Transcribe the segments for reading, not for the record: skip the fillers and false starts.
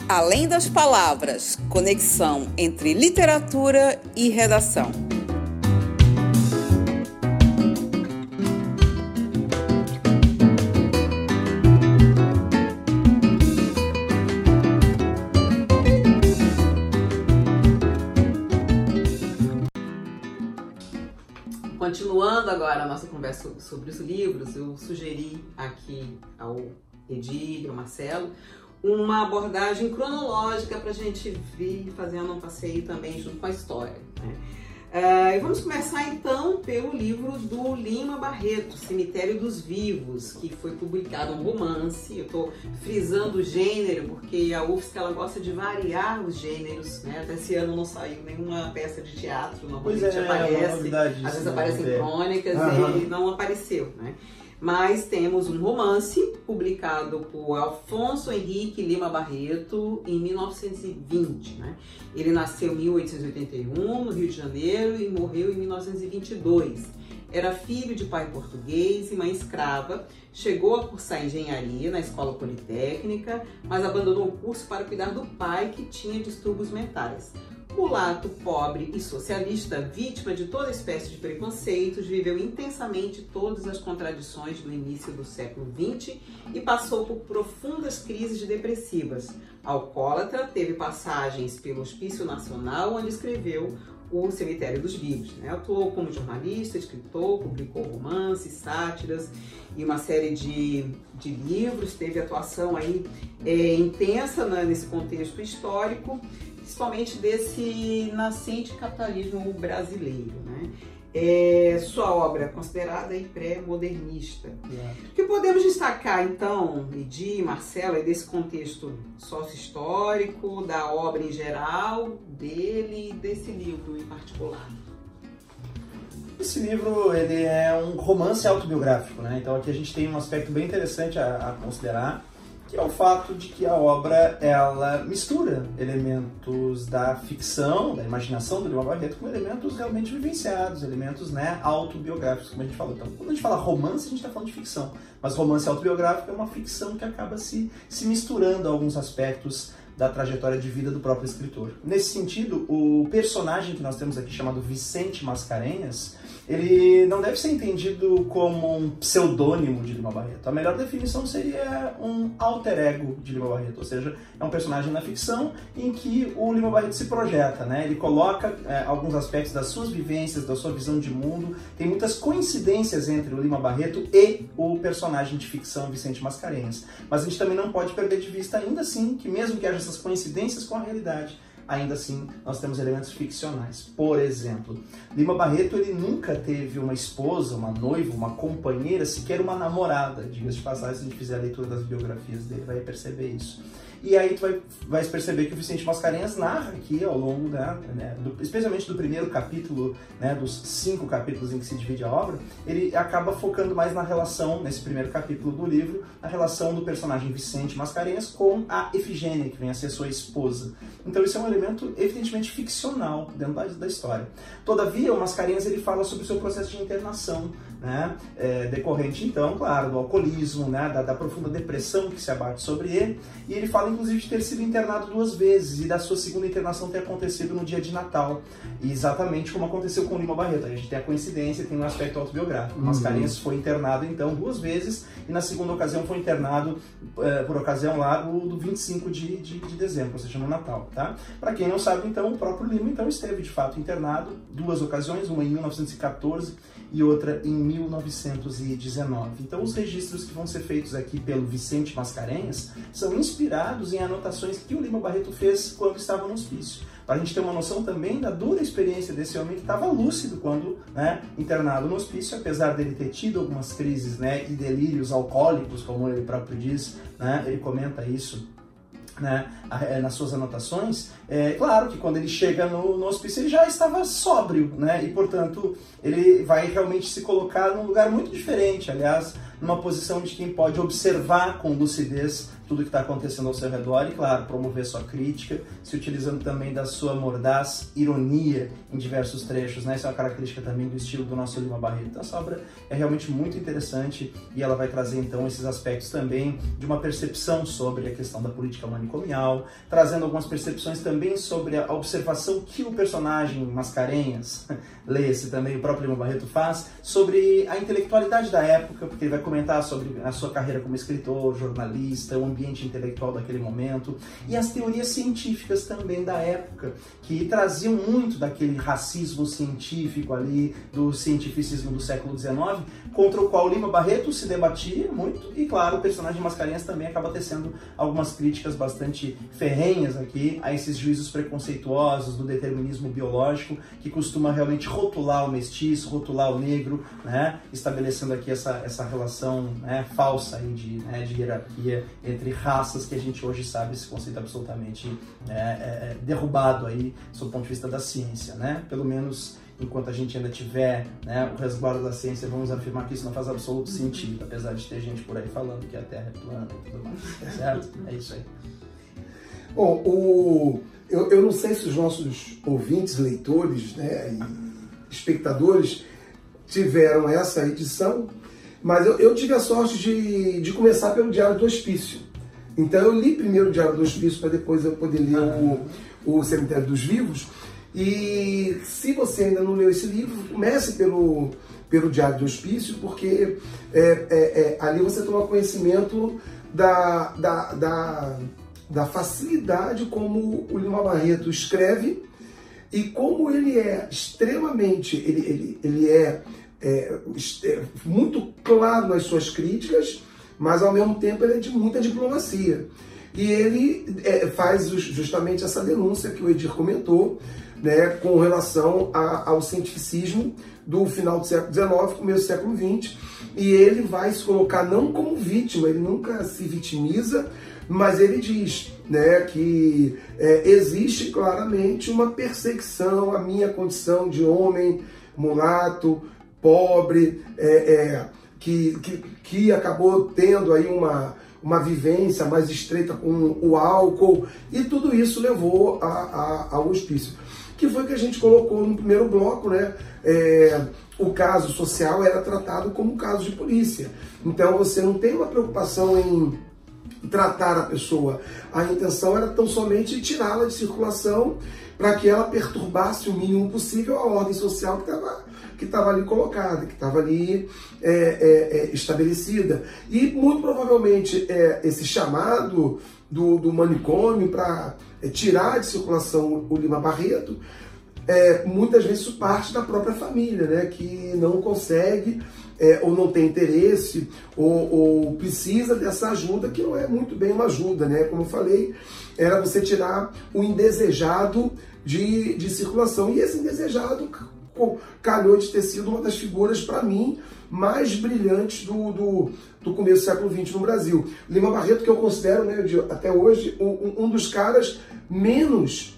Além das palavras, conexão entre literatura e redação. Continuando agora a nossa conversa sobre os livros, eu sugeri aqui ao Edílio, ao Marcelo, uma abordagem cronológica para a gente vir fazendo um passeio também junto com a história, né? Vamos começar então pelo livro do Lima Barreto, Cemitério dos Vivos, que foi publicado um romance. Eu estou frisando o gênero porque a UFSC ela gosta de variar os gêneros, né? Até esse ano não saiu nenhuma peça de teatro, normalmente aparece, às vezes aparecem crônicas e não apareceu, né? Mas temos um romance publicado por Alfonso Henrique Lima Barreto em 1920, né? Ele nasceu em 1881 no Rio de Janeiro e morreu em 1922. Era filho de pai português e mãe escrava, chegou a cursar engenharia na Escola Politécnica, mas abandonou o curso para cuidar do pai que tinha distúrbios mentais. Mulato, pobre e socialista, vítima de toda espécie de preconceitos, viveu intensamente todas as contradições no início do século XX e passou por profundas crises depressivas. Alcoólatra, teve passagens pelo Hospício Nacional, onde escreveu o Cemitério dos Vivos, né? Atuou como jornalista, escritor, publicou romances, sátiras e uma série de livros. Teve atuação aí intensa nesse contexto histórico, principalmente desse nascente capitalismo brasileiro, né? Sua obra é considerada pré-modernista. O que podemos destacar, então, Edi, Marcelo, desse contexto sócio-histórico, da obra em geral, dele e desse livro em particular? Esse livro ele é um romance autobiográfico, né? Então aqui a gente tem um aspecto bem interessante a considerar, que é o fato de que a obra ela mistura elementos da ficção, da imaginação do Lima Barreto com elementos realmente vivenciados, elementos, né, autobiográficos, como a gente falou. Então, quando a gente fala romance, a gente está falando de ficção, mas romance autobiográfico é uma ficção que acaba se misturando a alguns aspectos da trajetória de vida do próprio escritor. Nesse sentido, o personagem que nós temos aqui, chamado Vicente Mascarenhas, ele não deve ser entendido como um pseudônimo de Lima Barreto. A melhor definição seria um alter ego de Lima Barreto, ou seja, é um personagem na ficção em que o Lima Barreto se projeta, né? Ele coloca alguns aspectos das suas vivências, da sua visão de mundo. Tem muitas coincidências entre o Lima Barreto e o personagem de ficção Vicente Mascarenhas. Mas a gente também não pode perder de vista, ainda assim, que mesmo que haja essas coincidências com a realidade, ainda assim nós temos elementos ficcionais. Por exemplo, Lima Barreto ele nunca teve uma esposa, uma noiva, uma companheira, sequer uma namorada. Diga-se de passagem, se a gente fizer a leitura das biografias dele, vai perceber isso. E aí tu vai perceber que o Vicente Mascarenhas narra aqui ao longo, especialmente do primeiro capítulo, né, dos 5 capítulos em que se divide a obra, ele acaba focando mais na relação, nesse primeiro capítulo do livro, na relação do personagem Vicente Mascarenhas com a Efigênia, que vem a ser sua esposa. Então isso é um elemento evidentemente ficcional dentro da história. Todavia, o Mascarenhas ele fala sobre o seu processo de internação, né, decorrente então, claro, do alcoolismo, né, da profunda depressão que se abate sobre ele, e ele fala inclusive de ter sido internado 2 vezes e da sua segunda internação ter acontecido no dia de Natal, e exatamente como aconteceu com o Lima Barreto. A gente tem a coincidência, tem um aspecto autobiográfico. Mascarenhas foi internado então 2 vezes e na segunda ocasião foi internado por ocasião lá do 25 de dezembro, ou seja, no Natal, tá? Para quem não sabe, então, o próprio Lima então esteve de fato internado 2 ocasiões, uma em 1914 e outra em 1919. Então os registros que vão ser feitos aqui pelo Vicente Mascarenhas são inspirados em anotações que o Lima Barreto fez quando estava no hospício. Para a gente ter uma noção também da dura experiência desse homem que estava lúcido quando, né, internado no hospício, apesar dele ter tido algumas crises, né, e delírios alcoólicos, como ele próprio diz, né, ele comenta isso, né, nas suas anotações. Claro que quando ele chega no hospício ele já estava sóbrio, né, e portanto ele vai realmente se colocar num lugar muito diferente, aliás, numa posição de quem pode observar com lucidez tudo que está acontecendo ao seu redor e, claro, promover sua crítica, se utilizando também da sua mordaz ironia em diversos trechos, né? Isso é uma característica também do estilo do nosso Lima Barreto. Então, essa obra é realmente muito interessante e ela vai trazer, então, esses aspectos também de uma percepção sobre a questão da política manicomial, trazendo algumas percepções também sobre a observação que o personagem Mascarenhas, lê-se também, o próprio Lima Barreto faz, sobre a intelectualidade da época, porque ele vai comentar sobre a sua carreira como escritor, jornalista, o ambiente intelectual daquele momento, e as teorias científicas também da época, que traziam muito daquele racismo científico ali, do cientificismo do século XIX, contra o qual Lima Barreto se debatia muito, e claro, o personagem Mascarenhas também acaba tecendo algumas críticas bastante ferrenhas aqui a esses juízos preconceituosos do determinismo biológico, que costuma realmente rotular o mestiço, rotular o negro, né? Estabelecendo aqui essa relação, né, falsa aí de hierarquia entre raças, que a gente hoje sabe esse conceito absolutamente derrubado aí, sob o ponto de vista da ciência, né? Pelo menos enquanto a gente ainda tiver, né, o resguardo da ciência, vamos afirmar que isso não faz absoluto sentido, apesar de ter gente por aí falando que a Terra é plana e tudo mais, tá certo? É isso aí. Bom, eu não sei se os nossos ouvintes, leitores, né, e espectadores tiveram essa edição, mas eu tive a sorte de começar pelo Diário do Hospício. Então eu li primeiro o Diário do Hospício para depois eu poder ler o Cemitério dos Vivos. E se você ainda não leu esse livro, comece pelo Diário do Hospício, porque ali você toma conhecimento da facilidade como o Lima Barreto escreve e como ele é extremamente, ele é muito claro nas suas críticas, mas ao mesmo tempo ele é de muita diplomacia. E ele faz justamente essa denúncia que o Edir comentou, né, com relação ao cientificismo do final do século XIX, começo do século XX, e ele vai se colocar não como vítima, ele nunca se vitimiza, mas ele diz, né, que existe claramente uma perseguição à minha condição de homem, mulato, pobre, que acabou tendo aí uma vivência mais estreita com o álcool, e tudo isso levou ao hospício. Que foi que a gente colocou no primeiro bloco, né? O caso social era tratado como caso de polícia. Então você não tem uma preocupação em tratar a pessoa. A intenção era tão somente tirá-la de circulação para que ela perturbasse o mínimo possível a ordem social que estava ali colocada, que estava ali estabelecida. E muito provavelmente esse chamado do manicômio para tirar de circulação o Lima Barreto, muitas vezes isso parte da própria família, né, que não consegue ou não tem interesse ou precisa dessa ajuda, que não é muito bem uma ajuda, né? Como eu falei, era você tirar o indesejado de circulação. E esse indesejado calhou de ter sido uma das figuras, para mim, mais brilhantes do começo do século XX no Brasil. Lima Barreto, que eu considero, né, até hoje, um dos caras menos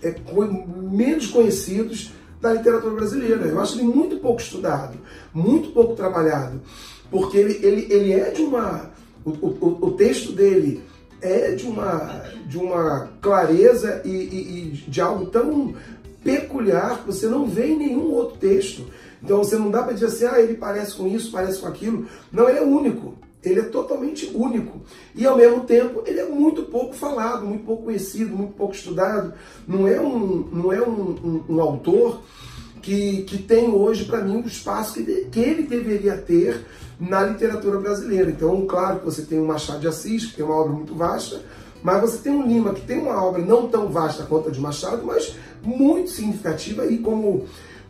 conhecidos da literatura brasileira. Eu acho ele muito pouco estudado, muito pouco trabalhado, porque ele é de uma... O texto dele é de uma clareza e de algo tão peculiar que você não vê em nenhum outro texto. Então você não dá para dizer assim, ele parece com isso, parece com aquilo. Não, ele é único. Ele é totalmente único. E ao mesmo tempo ele é muito pouco falado, muito pouco conhecido, muito pouco estudado. Não é um autor que tem hoje, para mim, o espaço que ele deveria ter na literatura brasileira. Então, claro que você tem o Machado de Assis, que tem uma obra muito vasta, mas você tem o Lima, que tem uma obra não tão vasta quanto a de Machado, mas muito significativa, e como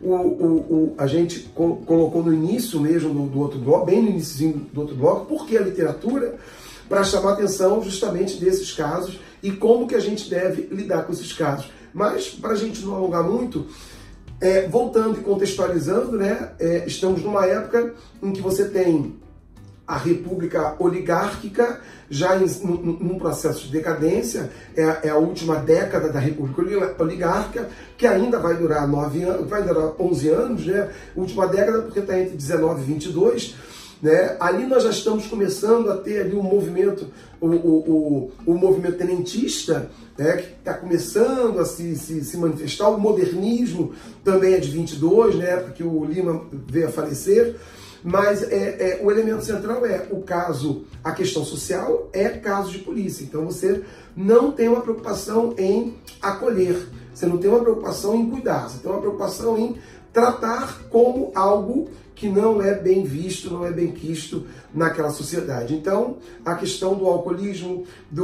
a gente colocou no início mesmo do outro bloco, bem no iniciozinho do outro bloco, porque a literatura, para chamar a atenção justamente desses casos e como que a gente deve lidar com esses casos. Mas, para a gente não alongar muito, voltando e contextualizando, né, estamos numa época em que você tem a república oligárquica já num processo de decadência, é a última década da república oligárquica, que ainda vai durar 11 anos, né? Última década porque está entre 19 e 22, né? Ali nós já estamos começando a ter ali um movimento, o movimento tenentista, né, que está começando a se manifestar. O modernismo também é de 22, né, porque o Lima veio a falecer. Mas o elemento central é o caso, a questão social é caso de polícia. Então você não tem uma preocupação em acolher, você não tem uma preocupação em cuidar, você tem uma preocupação em tratar como algo que não é bem visto, não é bem quisto naquela sociedade. Então, a questão do alcoolismo,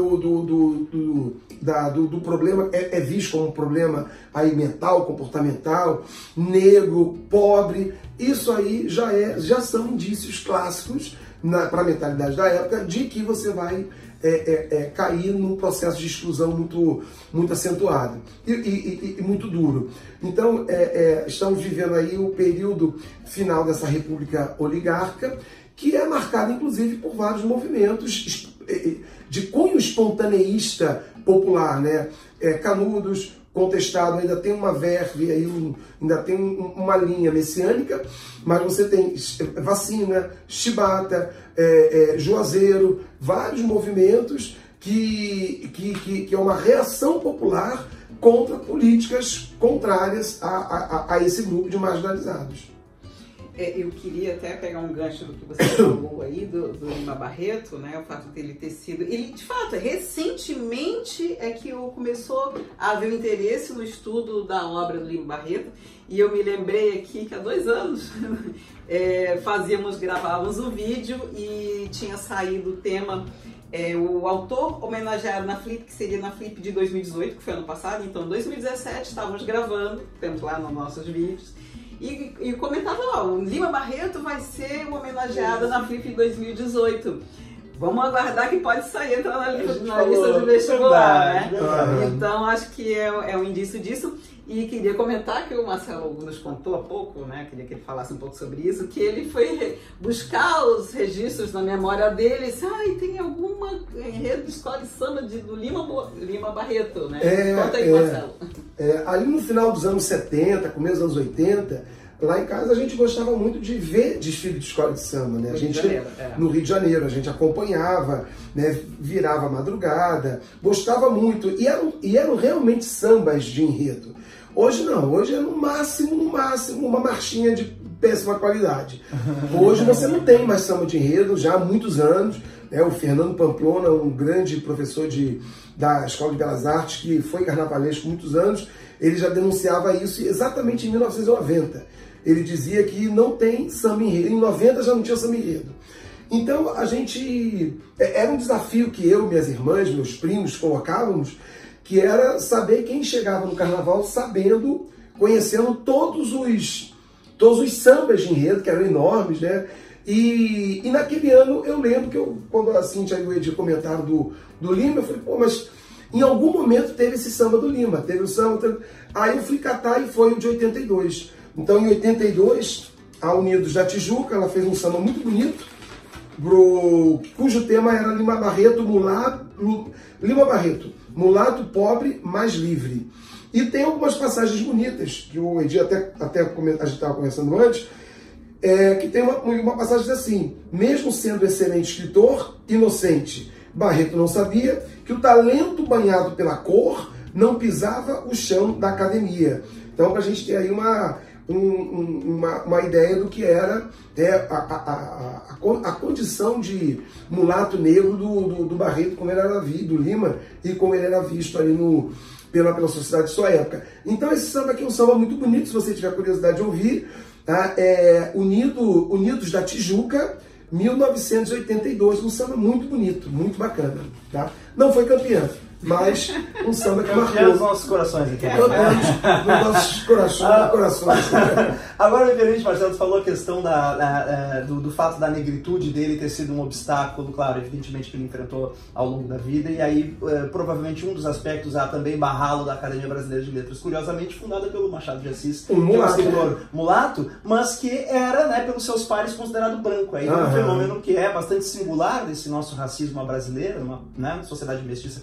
do problema, é visto como um problema aí mental, comportamental, negro, pobre. Isso aí já são indícios clássicos para a mentalidade da época de que você vai cair num processo de exclusão muito acentuado e muito duro. Então, estamos vivendo aí o período final dessa república oligárquica, que é marcado, inclusive, por vários movimentos de cunho espontaneísta popular, né? Canudos, Contestado ainda tem uma verve, aí ainda tem uma linha messiânica, mas você tem Vacina, Chibata, Juazeiro, vários movimentos que é uma reação popular contra políticas contrárias a esse grupo de marginalizados. Eu queria até pegar um gancho do que você falou aí, do Lima Barreto, né? O fato dele ter sido... Ele, de fato, recentemente é que começou a haver um interesse no estudo da obra do Lima Barreto, e eu me lembrei aqui que há 2 anos gravávamos um vídeo e tinha saído o tema... o autor homenageado na Flip, que seria na Flip de 2018, que foi ano passado. Então, em 2017, estávamos gravando, temos lá nos nossos vídeos, e comentava lá, o Lima Barreto vai ser o homenageado na Flip de 2018. Vamos aguardar que pode sair, entrar na lista do vestibular, né? Então, acho que é um indício disso. E queria comentar que o Marcelo nos contou há pouco, né? Queria que ele falasse um pouco sobre isso, que ele foi buscar os registros na memória dele e disse, tem alguma enredo de escola de samba do Lima Barreto, né? Conta aí, Marcelo. Ali no final dos anos 70, começo dos anos 80, lá em casa a gente gostava muito de ver desfile de escola de samba, né? No Rio de Janeiro, a gente acompanhava, né? Virava madrugada, gostava muito, e eram realmente sambas de enredo. Hoje não, hoje é no máximo uma marchinha de péssima qualidade. Hoje você não tem mais samba de enredo já há muitos anos, né? O Fernando Pamplona, um grande professor da Escola de Belas Artes, que foi carnavalesco muitos anos, ele já denunciava isso exatamente em 1990. Ele dizia que não tem samba enredo. Em 90 já não tinha samba enredo. Então a gente... Era um desafio que eu, minhas irmãs, meus primos colocávamos, que era saber quem chegava no carnaval conhecendo todos os sambas de enredo, que eram enormes, né? E naquele ano eu lembro que quando a Cíntia e o Edir comentaram do Lima, eu falei, mas em algum momento teve esse samba do Lima, teve o samba... Aí eu fui catar e foi o de 82. Então, em 82, a Unidos da Tijuca, ela fez um samba muito bonito, cujo tema era Lima Barreto, mulato pobre, mais livre. E tem algumas passagens bonitas, que o Edir até a gente estava conversando antes, que tem uma passagem assim: mesmo sendo excelente escritor, inocente, Barreto não sabia que o talento banhado pela cor não pisava o chão da academia. Então, para a gente ter aí uma ideia do que era a condição de mulato negro do Barreto, como ele era do Lima, e como ele era visto ali pela sociedade de sua época. Então esse samba aqui é um samba muito bonito, se você tiver curiosidade de ouvir, tá? Unidos da Tijuca, 1982, um samba muito bonito, muito bacana, tá? Não foi campeão, mas um samba que marcou os nossos corações aqui. Os nossos corações. Agora, me permite, Marcelo, você falou a questão do fato da negritude dele ter sido um obstáculo, claro, evidentemente, que ele enfrentou ao longo da vida, e aí, provavelmente, um dos aspectos a também barrá-lo da Academia Brasileira de Letras, curiosamente fundada pelo Machado de Assis, que é um escritor mulato, mas que era, né, pelos seus pares, considerado branco. Aí um fenômeno que é bastante singular desse nosso racismo brasileiro, uma sociedade mestiça como a nossa,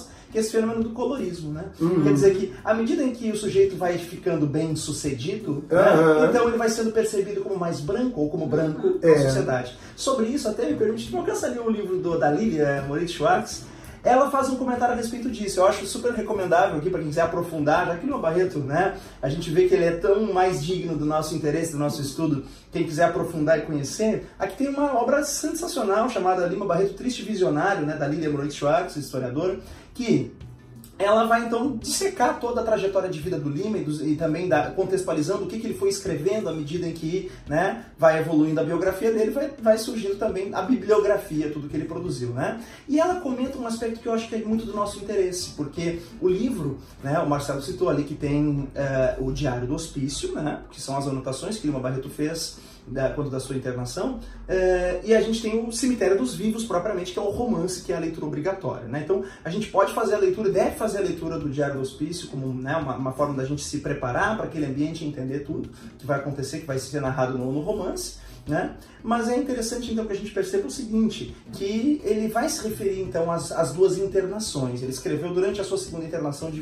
que é esse fenômeno do colorismo, né? Quer dizer que, à medida em que o sujeito vai ficando bem sucedido, né, então ele vai sendo percebido como mais branco ou como branco na sociedade. Sobre isso, até me permite, não alcança ali um livro da Lilia Moritz-Schwartz. Ela faz um comentário a respeito disso. Eu acho super recomendável aqui para quem quiser aprofundar. Já que Lima Barreto, né, a gente vê que ele é tão mais digno do nosso interesse, do nosso estudo. Quem quiser aprofundar e conhecer, aqui tem uma obra sensacional chamada Lima Barreto, Triste Visionário, né, da Lilia Moritz-Schwartz, historiadora, que ela vai então dissecar toda a trajetória de vida do Lima e também contextualizando o que ele foi escrevendo à medida em que, né, vai evoluindo a biografia dele, vai surgindo também a bibliografia, tudo que ele produziu, né? E ela comenta um aspecto que eu acho que é muito do nosso interesse, porque o livro, né, o Marcelo citou ali que tem o Diário do Hospício, né, que são as anotações que Lima Barreto fez quanto da sua internação, e a gente tem o Cemitério dos Vivos, propriamente, que é o romance, que é a leitura obrigatória, né? Então, a gente pode fazer a leitura, deve fazer a leitura do Diário do Hospício como, né, uma forma da gente se preparar para aquele ambiente e entender tudo que vai acontecer, que vai ser narrado no romance, né? Mas é interessante então que a gente perceba o seguinte, que ele vai se referir então às duas internações. Ele escreveu durante a sua segunda internação de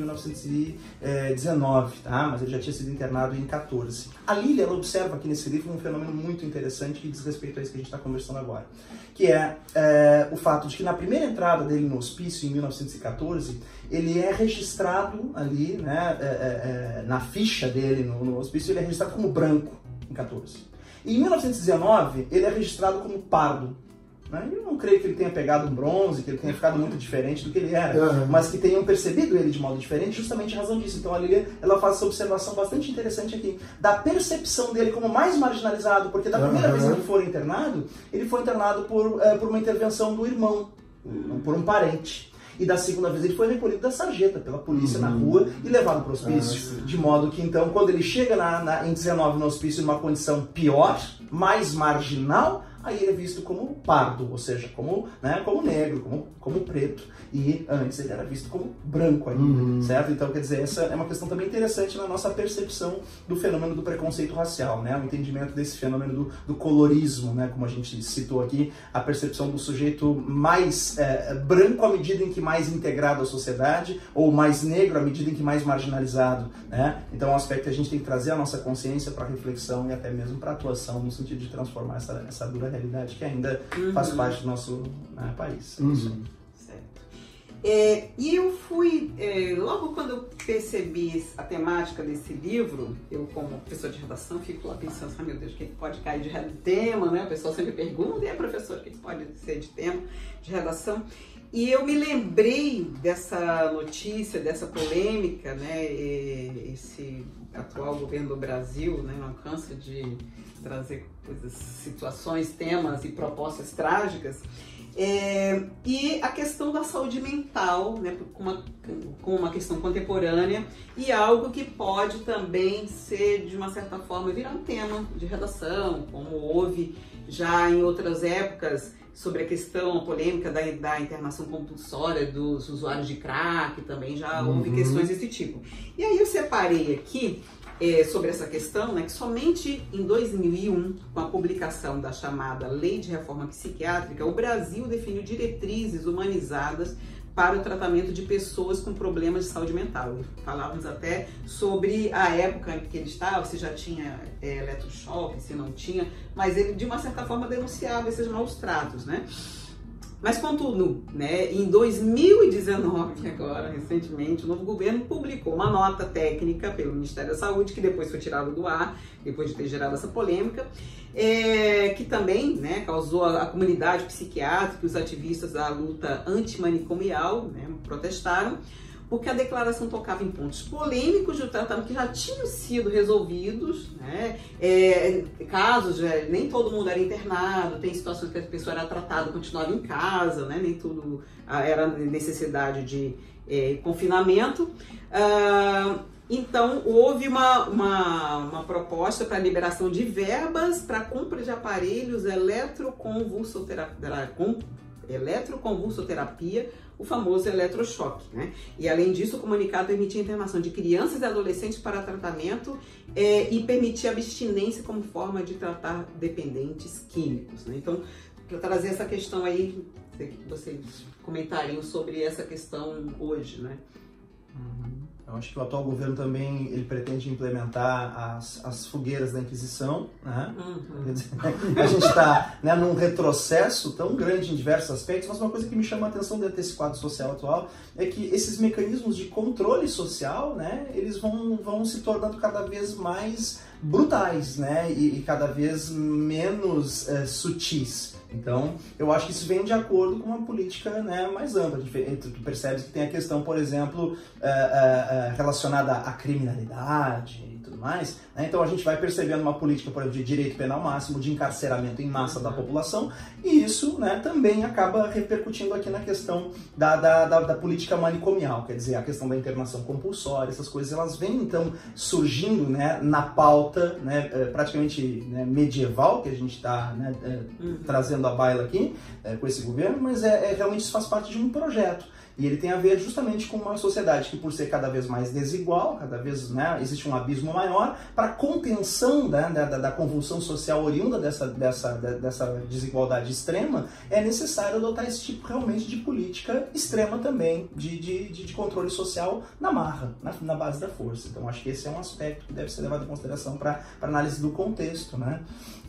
1919, tá? Mas ele já tinha sido internado em 14. A Lilia, ela observa aqui nesse livro um fenômeno muito interessante que diz respeito a isso que a gente está conversando agora, que é o fato de que na primeira entrada dele no hospício, em 1914, ele é registrado ali, né, na ficha dele no hospício, ele é registrado como branco em 14. E em 1919, ele é registrado como pardo. Né? Eu não creio que ele tenha pegado um bronze, que ele tenha ficado muito diferente do que ele era, mas que tenham percebido ele de modo diferente justamente em razão disso. Então a Lilia, ela faz essa observação bastante interessante aqui, da percepção dele como mais marginalizado, porque da primeira vez que ele foi internado por uma intervenção do irmão, por um parente. E da segunda vez ele foi recolhido da sarjeta pela polícia na rua e levado para o hospício. De modo que então, quando ele chega em 19 no hospício numa condição pior, mais marginal, aí ele é visto como pardo, ou seja, como negro, como preto. E antes ele era visto como branco ainda, certo? Então, quer dizer, essa é uma questão também interessante na nossa percepção do fenômeno do preconceito racial, né? O entendimento desse fenômeno do colorismo, né? Como a gente citou aqui, a percepção do sujeito mais branco à medida em que mais integrado à sociedade, ou mais negro à medida em que mais marginalizado, né? Então é um aspecto que a gente tem que trazer a nossa consciência para reflexão e até mesmo para atuação, no sentido de transformar essa dura realidade que ainda faz parte do nosso país. E eu fui, logo quando eu percebi a temática desse livro, eu como professor de redação fico lá pensando, meu Deus, o que pode cair de tema, né? O pessoal sempre pergunta, e professor, o que pode ser de tema de redação? E eu me lembrei dessa notícia, dessa polêmica, né? Esse atual governo do Brasil, né, não cansa de trazer situações, temas e propostas trágicas. E a questão da saúde mental, né, com uma questão contemporânea e algo que pode também ser, de uma certa forma, virar um tema de redação, como houve já em outras épocas, sobre a questão polêmica da internação compulsória dos usuários de crack, também já houve questões desse tipo. E aí eu separei aqui sobre essa questão, né, que somente em 2001, com a publicação da chamada Lei de Reforma Psiquiátrica, o Brasil definiu diretrizes humanizadas para o tratamento de pessoas com problemas de saúde mental. Falávamos até sobre a época em que ele estava, se já tinha eletrochoque, se não tinha, mas ele de uma certa forma denunciava esses maus tratos, né? Mas contudo, né, em 2019, agora, recentemente, o novo governo publicou uma nota técnica pelo Ministério da Saúde, que depois foi tirada do ar, depois de ter gerado essa polêmica, que também, né, causou a comunidade psiquiátrica e os ativistas da luta antimanicomial, né, protestaram, porque a declaração tocava em pontos polêmicos do tratamento que já tinham sido resolvidos, né? Casos, nem todo mundo era internado, tem situações que a pessoa era tratada e continuava em casa, né? Nem tudo era necessidade de confinamento. Então, houve uma proposta para a liberação de verbas para compra de aparelhos eletroconvulsoterapia, o famoso eletrochoque, né? E além disso, o comunicado permitia a internação de crianças e adolescentes para tratamento e permitia abstinência como forma de tratar dependentes químicos, né? Então, para trazer essa questão aí vocês comentariam sobre essa questão hoje, né? Eu acho que o atual governo também ele pretende implementar as fogueiras da Inquisição, né? Quer dizer, a gente está, né, num retrocesso tão grande em diversos aspectos, mas uma coisa que me chama a atenção dentro desse quadro social atual é que esses mecanismos de controle social, né, eles vão se tornando cada vez mais brutais, né, e cada vez menos sutis. Então, eu acho que isso vem de acordo com uma política, né, mais ampla. Tu percebes que tem a questão, por exemplo, relacionada à criminalidade e tudo mais, né? Então a gente vai percebendo uma política, por exemplo, de direito penal máximo, de encarceramento em massa da população, e isso, né, também acaba repercutindo aqui na questão da política manicomial, quer dizer, a questão da internação compulsória, essas coisas, elas vêm então surgindo, né, na pauta, né, praticamente, né, medieval, que a gente está, né, trazendo a baila aqui, com esse governo, mas realmente isso faz parte de um projeto. E ele tem a ver justamente com uma sociedade que, por ser cada vez mais desigual, cada vez, né, existe um abismo maior, para contenção, né, da convulsão social oriunda dessa desigualdade extrema, é necessário adotar esse tipo realmente de política extrema também, de controle social na marra, na base da força. Então acho que esse é um aspecto que deve ser levado em consideração para análise do contexto, né?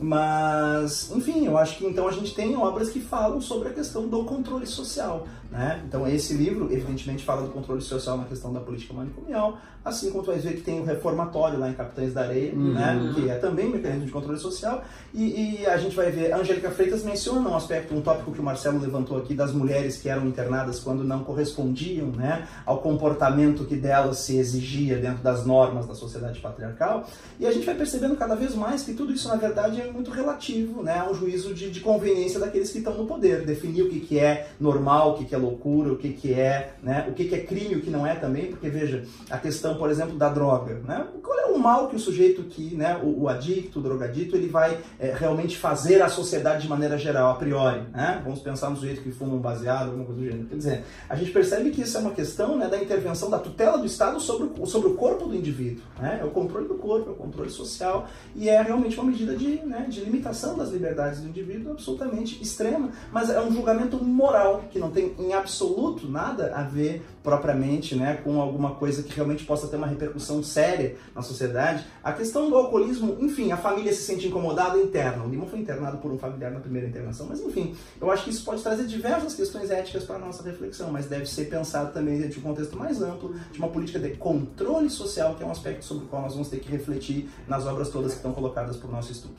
Mas, enfim, eu acho que então a gente tem obras que falam sobre a questão do controle social, né? Então esse livro, evidentemente, fala do controle social na questão da política manicomial, assim como tu vai ver que tem o reformatório lá em Capitães da Areia, né? Que é também um mecanismo de controle social, e a gente vai ver, a Angélica Freitas menciona um tópico que o Marcelo levantou aqui, das mulheres que eram internadas quando não correspondiam, né, ao comportamento que delas se exigia dentro das normas da sociedade patriarcal, e a gente vai percebendo cada vez mais que tudo isso, na verdade, é muito relativo, né, ao juízo de conveniência daqueles que estão no poder, definir o que é normal, o que é loucura, o que é, né, o que é crime, o que não é também, porque veja, a questão, por exemplo, da droga, né, qual é o mal que o sujeito que, né, o adicto, o drogadito, ele vai realmente fazer à sociedade de maneira geral, a priori, né? Vamos pensar no sujeito que fuma um baseado, alguma coisa do gênero. Quer dizer, a gente percebe que isso é uma questão, né, da intervenção, da tutela do Estado sobre o corpo do indivíduo, né? É o controle do corpo, é o controle social, e é realmente uma medida de limitação das liberdades do indivíduo absolutamente extrema, mas é um julgamento moral, que não tem em absoluto nada a ver propriamente, né, com alguma coisa que realmente possa ter uma repercussão séria na sociedade. A questão do alcoolismo, enfim, a família se sente incomodada interna. O Lima foi internado por um familiar na primeira internação, mas enfim, eu acho que isso pode trazer diversas questões éticas para a nossa reflexão, mas deve ser pensado também dentro de um contexto mais amplo, de uma política de controle social, que é um aspecto sobre o qual nós vamos ter que refletir nas obras todas que estão colocadas para o nosso estudo.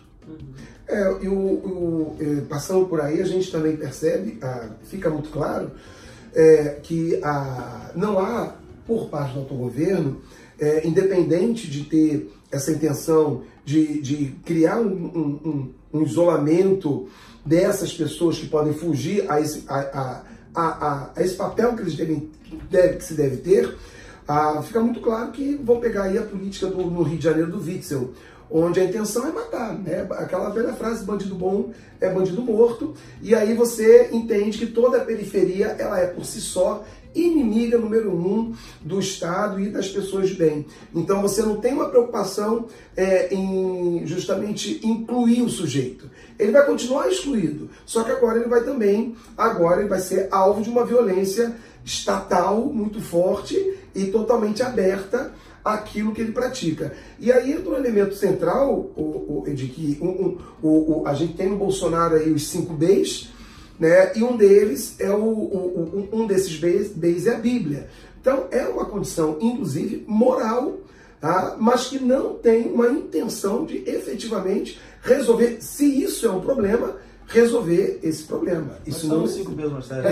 Passando por aí, a gente também percebe, fica muito claro, que não há, por parte do autogoverno, independente de ter essa intenção de criar um isolamento dessas pessoas que podem fugir a esse papel que eles que se deve ter, fica muito claro que vão pegar aí a política no Rio de Janeiro do Witzel, onde a intenção é matar, né? Aquela velha frase, bandido bom é bandido morto, e aí você entende que toda a periferia ela é por si só inimiga número 1 do Estado e das pessoas de bem. Então você não tem uma preocupação em justamente incluir o sujeito. Ele vai continuar excluído, só que agora ele vai ser alvo de uma violência estatal muito forte e totalmente aberta àquilo que ele pratica. E aí entra um elemento central, de que a gente tem no Bolsonaro aí os 5 Bs, né? E um deles é um desses Bs é a Bíblia. Então é uma condição, inclusive, moral, tá? Mas que não tem uma intenção de efetivamente resolver, se isso é um problema, resolver esse problema. Isso não... 5 Bs, Marcelo.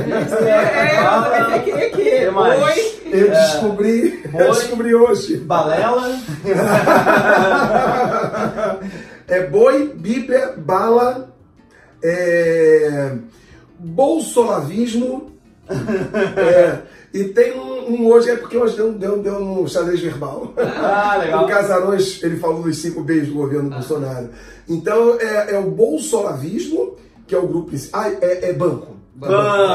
Eu descobri hoje. Balela. Boi, Bíblia, bala, bolsolavismo, e tem um hoje, porque hoje deu um xadrez verbal. Legal. O Casarões, ele falou dos 5 Bs do governo Bolsonaro. Então, é o bolsolavismo, que é o grupo principal. Banco. Banco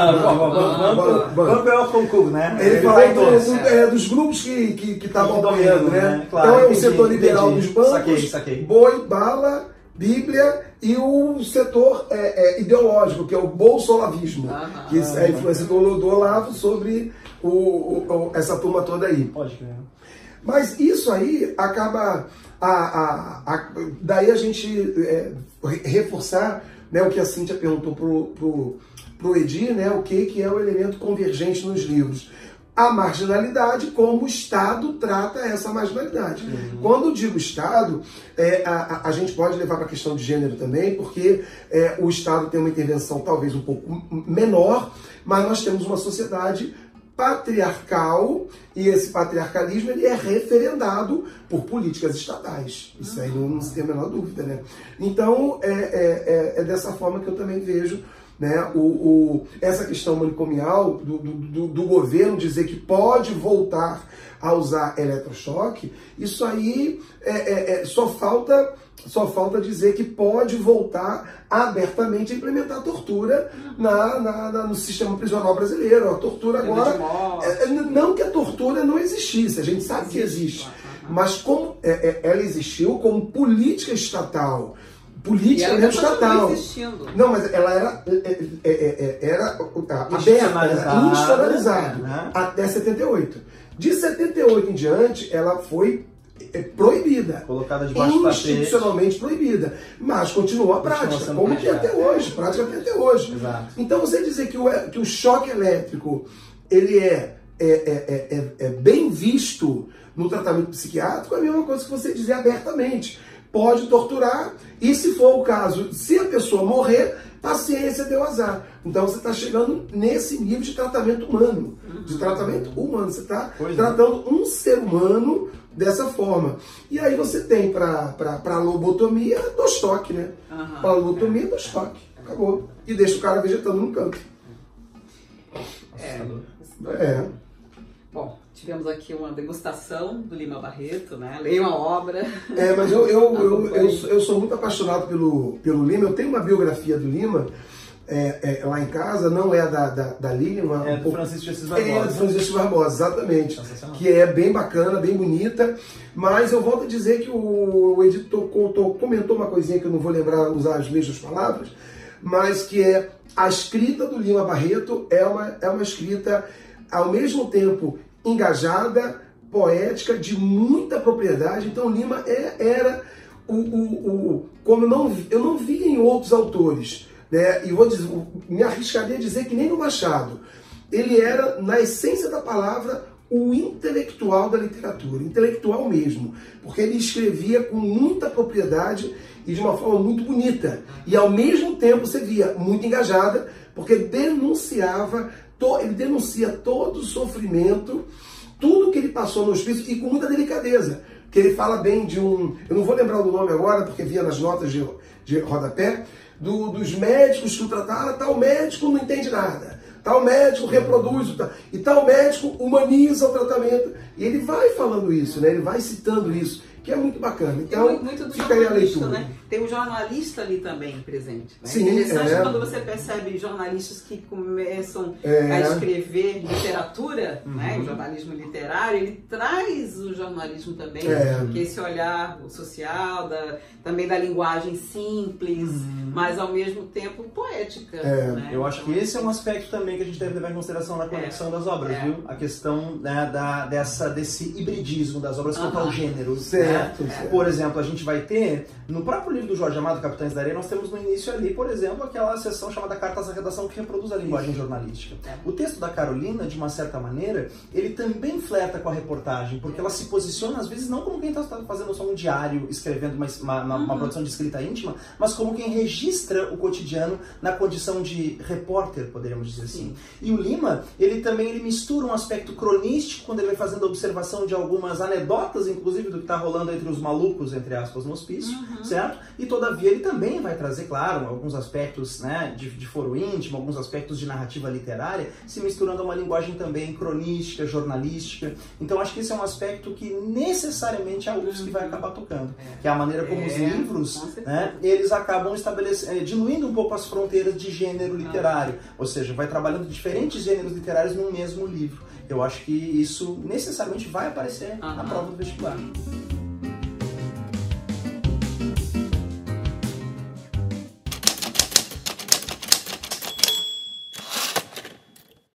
é o concurso, né? Ele falou dos grupos que estavam apoiando, né? Claro, então é o setor liberal dos bancos, saquei. boi, bala, Bíblia e o setor ideológico, que é o bolsolavismo, que é a influência do Olavo sobre essa turma toda aí. Pode crer. Mas isso aí acaba... daí a gente reforçar, né, o que a Cíntia perguntou pro Edir, né, o que é o elemento convergente nos livros. A marginalidade, como o Estado trata essa marginalidade. Quando eu digo Estado, a gente pode levar para a questão de gênero também, porque o Estado tem uma intervenção talvez um pouco menor, mas nós temos uma sociedade patriarcal, e esse patriarcalismo ele é referendado por políticas estatais. Isso aí não se tem a menor dúvida, né? Então, é dessa forma que eu também vejo, né, essa questão manicomial do governo dizer que pode voltar a usar eletrochoque. Isso aí só falta dizer que pode voltar abertamente a implementar a tortura no sistema prisional brasileiro. A tortura agora... não que a tortura não existisse, a gente sabe que existe. Mas como ela existiu como política estatal, política mesmo estatal. Não, mas ela era aberta, institucionalizada, até 78. De 78 em diante, ela foi proibida. Colocada debaixo do tapete. Institucionalmente proibida. Mas continua a prática, como que até hoje. Prática tem até hoje. Exato. Então você dizer que o choque elétrico ele é bem visto no tratamento psiquiátrico é a mesma coisa que você dizer abertamente. Pode torturar, e se for o caso, se a pessoa morrer, paciência, deu azar. Então você está chegando nesse nível de tratamento humano. Você está tratando um ser humano dessa forma. E aí você tem para a lobotomia dois toques, né? Para a lobotomia, dois toques. Acabou. E deixa o cara vegetando no canto. Bom, tivemos aqui uma degustação do Lima Barreto, né? Leiam a obra. Mas eu sou muito apaixonado pelo Lima. Eu tenho uma biografia do Lima lá em casa, não é da Lima. Do Francisco de Assis Barbosa. Do Francisco de Assis Barbosa, exatamente. Que é bem bacana, bem bonita. Mas eu volto a dizer que o editor comentou uma coisinha que eu não vou lembrar, usar as mesmas palavras, mas que a escrita do Lima Barreto é uma escrita, ao mesmo tempo, engajada, poética, de muita propriedade. Então Lima era como eu não vi em outros autores, né? E me arriscaria a dizer que nem no Machado. Ele era, na essência da palavra, o intelectual da literatura, intelectual mesmo, porque ele escrevia com muita propriedade e de uma forma muito bonita. E ao mesmo tempo você via muito engajada, porque ele denuncia todo o sofrimento, tudo que ele passou no hospício, e com muita delicadeza. Que ele fala bem de eu não vou lembrar do nome agora, porque via nas notas de rodapé, dos médicos que o trataram. Tal médico não entende nada, tal médico reproduz, e tal médico humaniza o tratamento. E ele vai falando isso, né? Ele vai citando isso, que é muito bacana. Então, muito fica aí a leitura. Né? Tem um jornalista ali também presente. Né? Sim, interessante quando você percebe jornalistas que começam a escrever literatura, né? O jornalismo literário, ele traz o jornalismo também, que é esse olhar social, também da linguagem simples, mas ao mesmo tempo poética. Né? Eu acho que esse é um aspecto também que a gente deve levar em consideração na conexão das obras, viu? A questão, né, desse hibridismo das obras quanto ao gênero. Certo. Por exemplo, a gente vai ter, no próprio livro do Jorge Amado, Capitães da Areia, nós temos no início ali, por exemplo, aquela seção chamada Cartas à Redação, que reproduz a linguagem jornalística. O texto da Carolina, de uma certa maneira, ele também flerta com a reportagem, porque ela se posiciona, às vezes, não como quem está fazendo só um diário, escrevendo uma produção de escrita íntima, mas como quem registra o cotidiano na condição de repórter, poderíamos dizer assim. E o Lima, ele mistura um aspecto cronístico, quando ele vai fazendo a observação de algumas anedotas, inclusive, do que está rolando entre os malucos, entre aspas, no hospício, certo? E todavia ele também vai trazer, claro, alguns aspectos, né, de foro íntimo, alguns aspectos de narrativa literária, se misturando a uma linguagem também cronística, jornalística. Então acho que esse é um aspecto que necessariamente a UFSC vai acabar tocando, que é a maneira como os livros, né, eles acabam diluindo um pouco as fronteiras de gênero literário, ou seja, vai trabalhando diferentes gêneros literários num mesmo livro. Eu acho que isso necessariamente vai aparecer na prova do vestibular.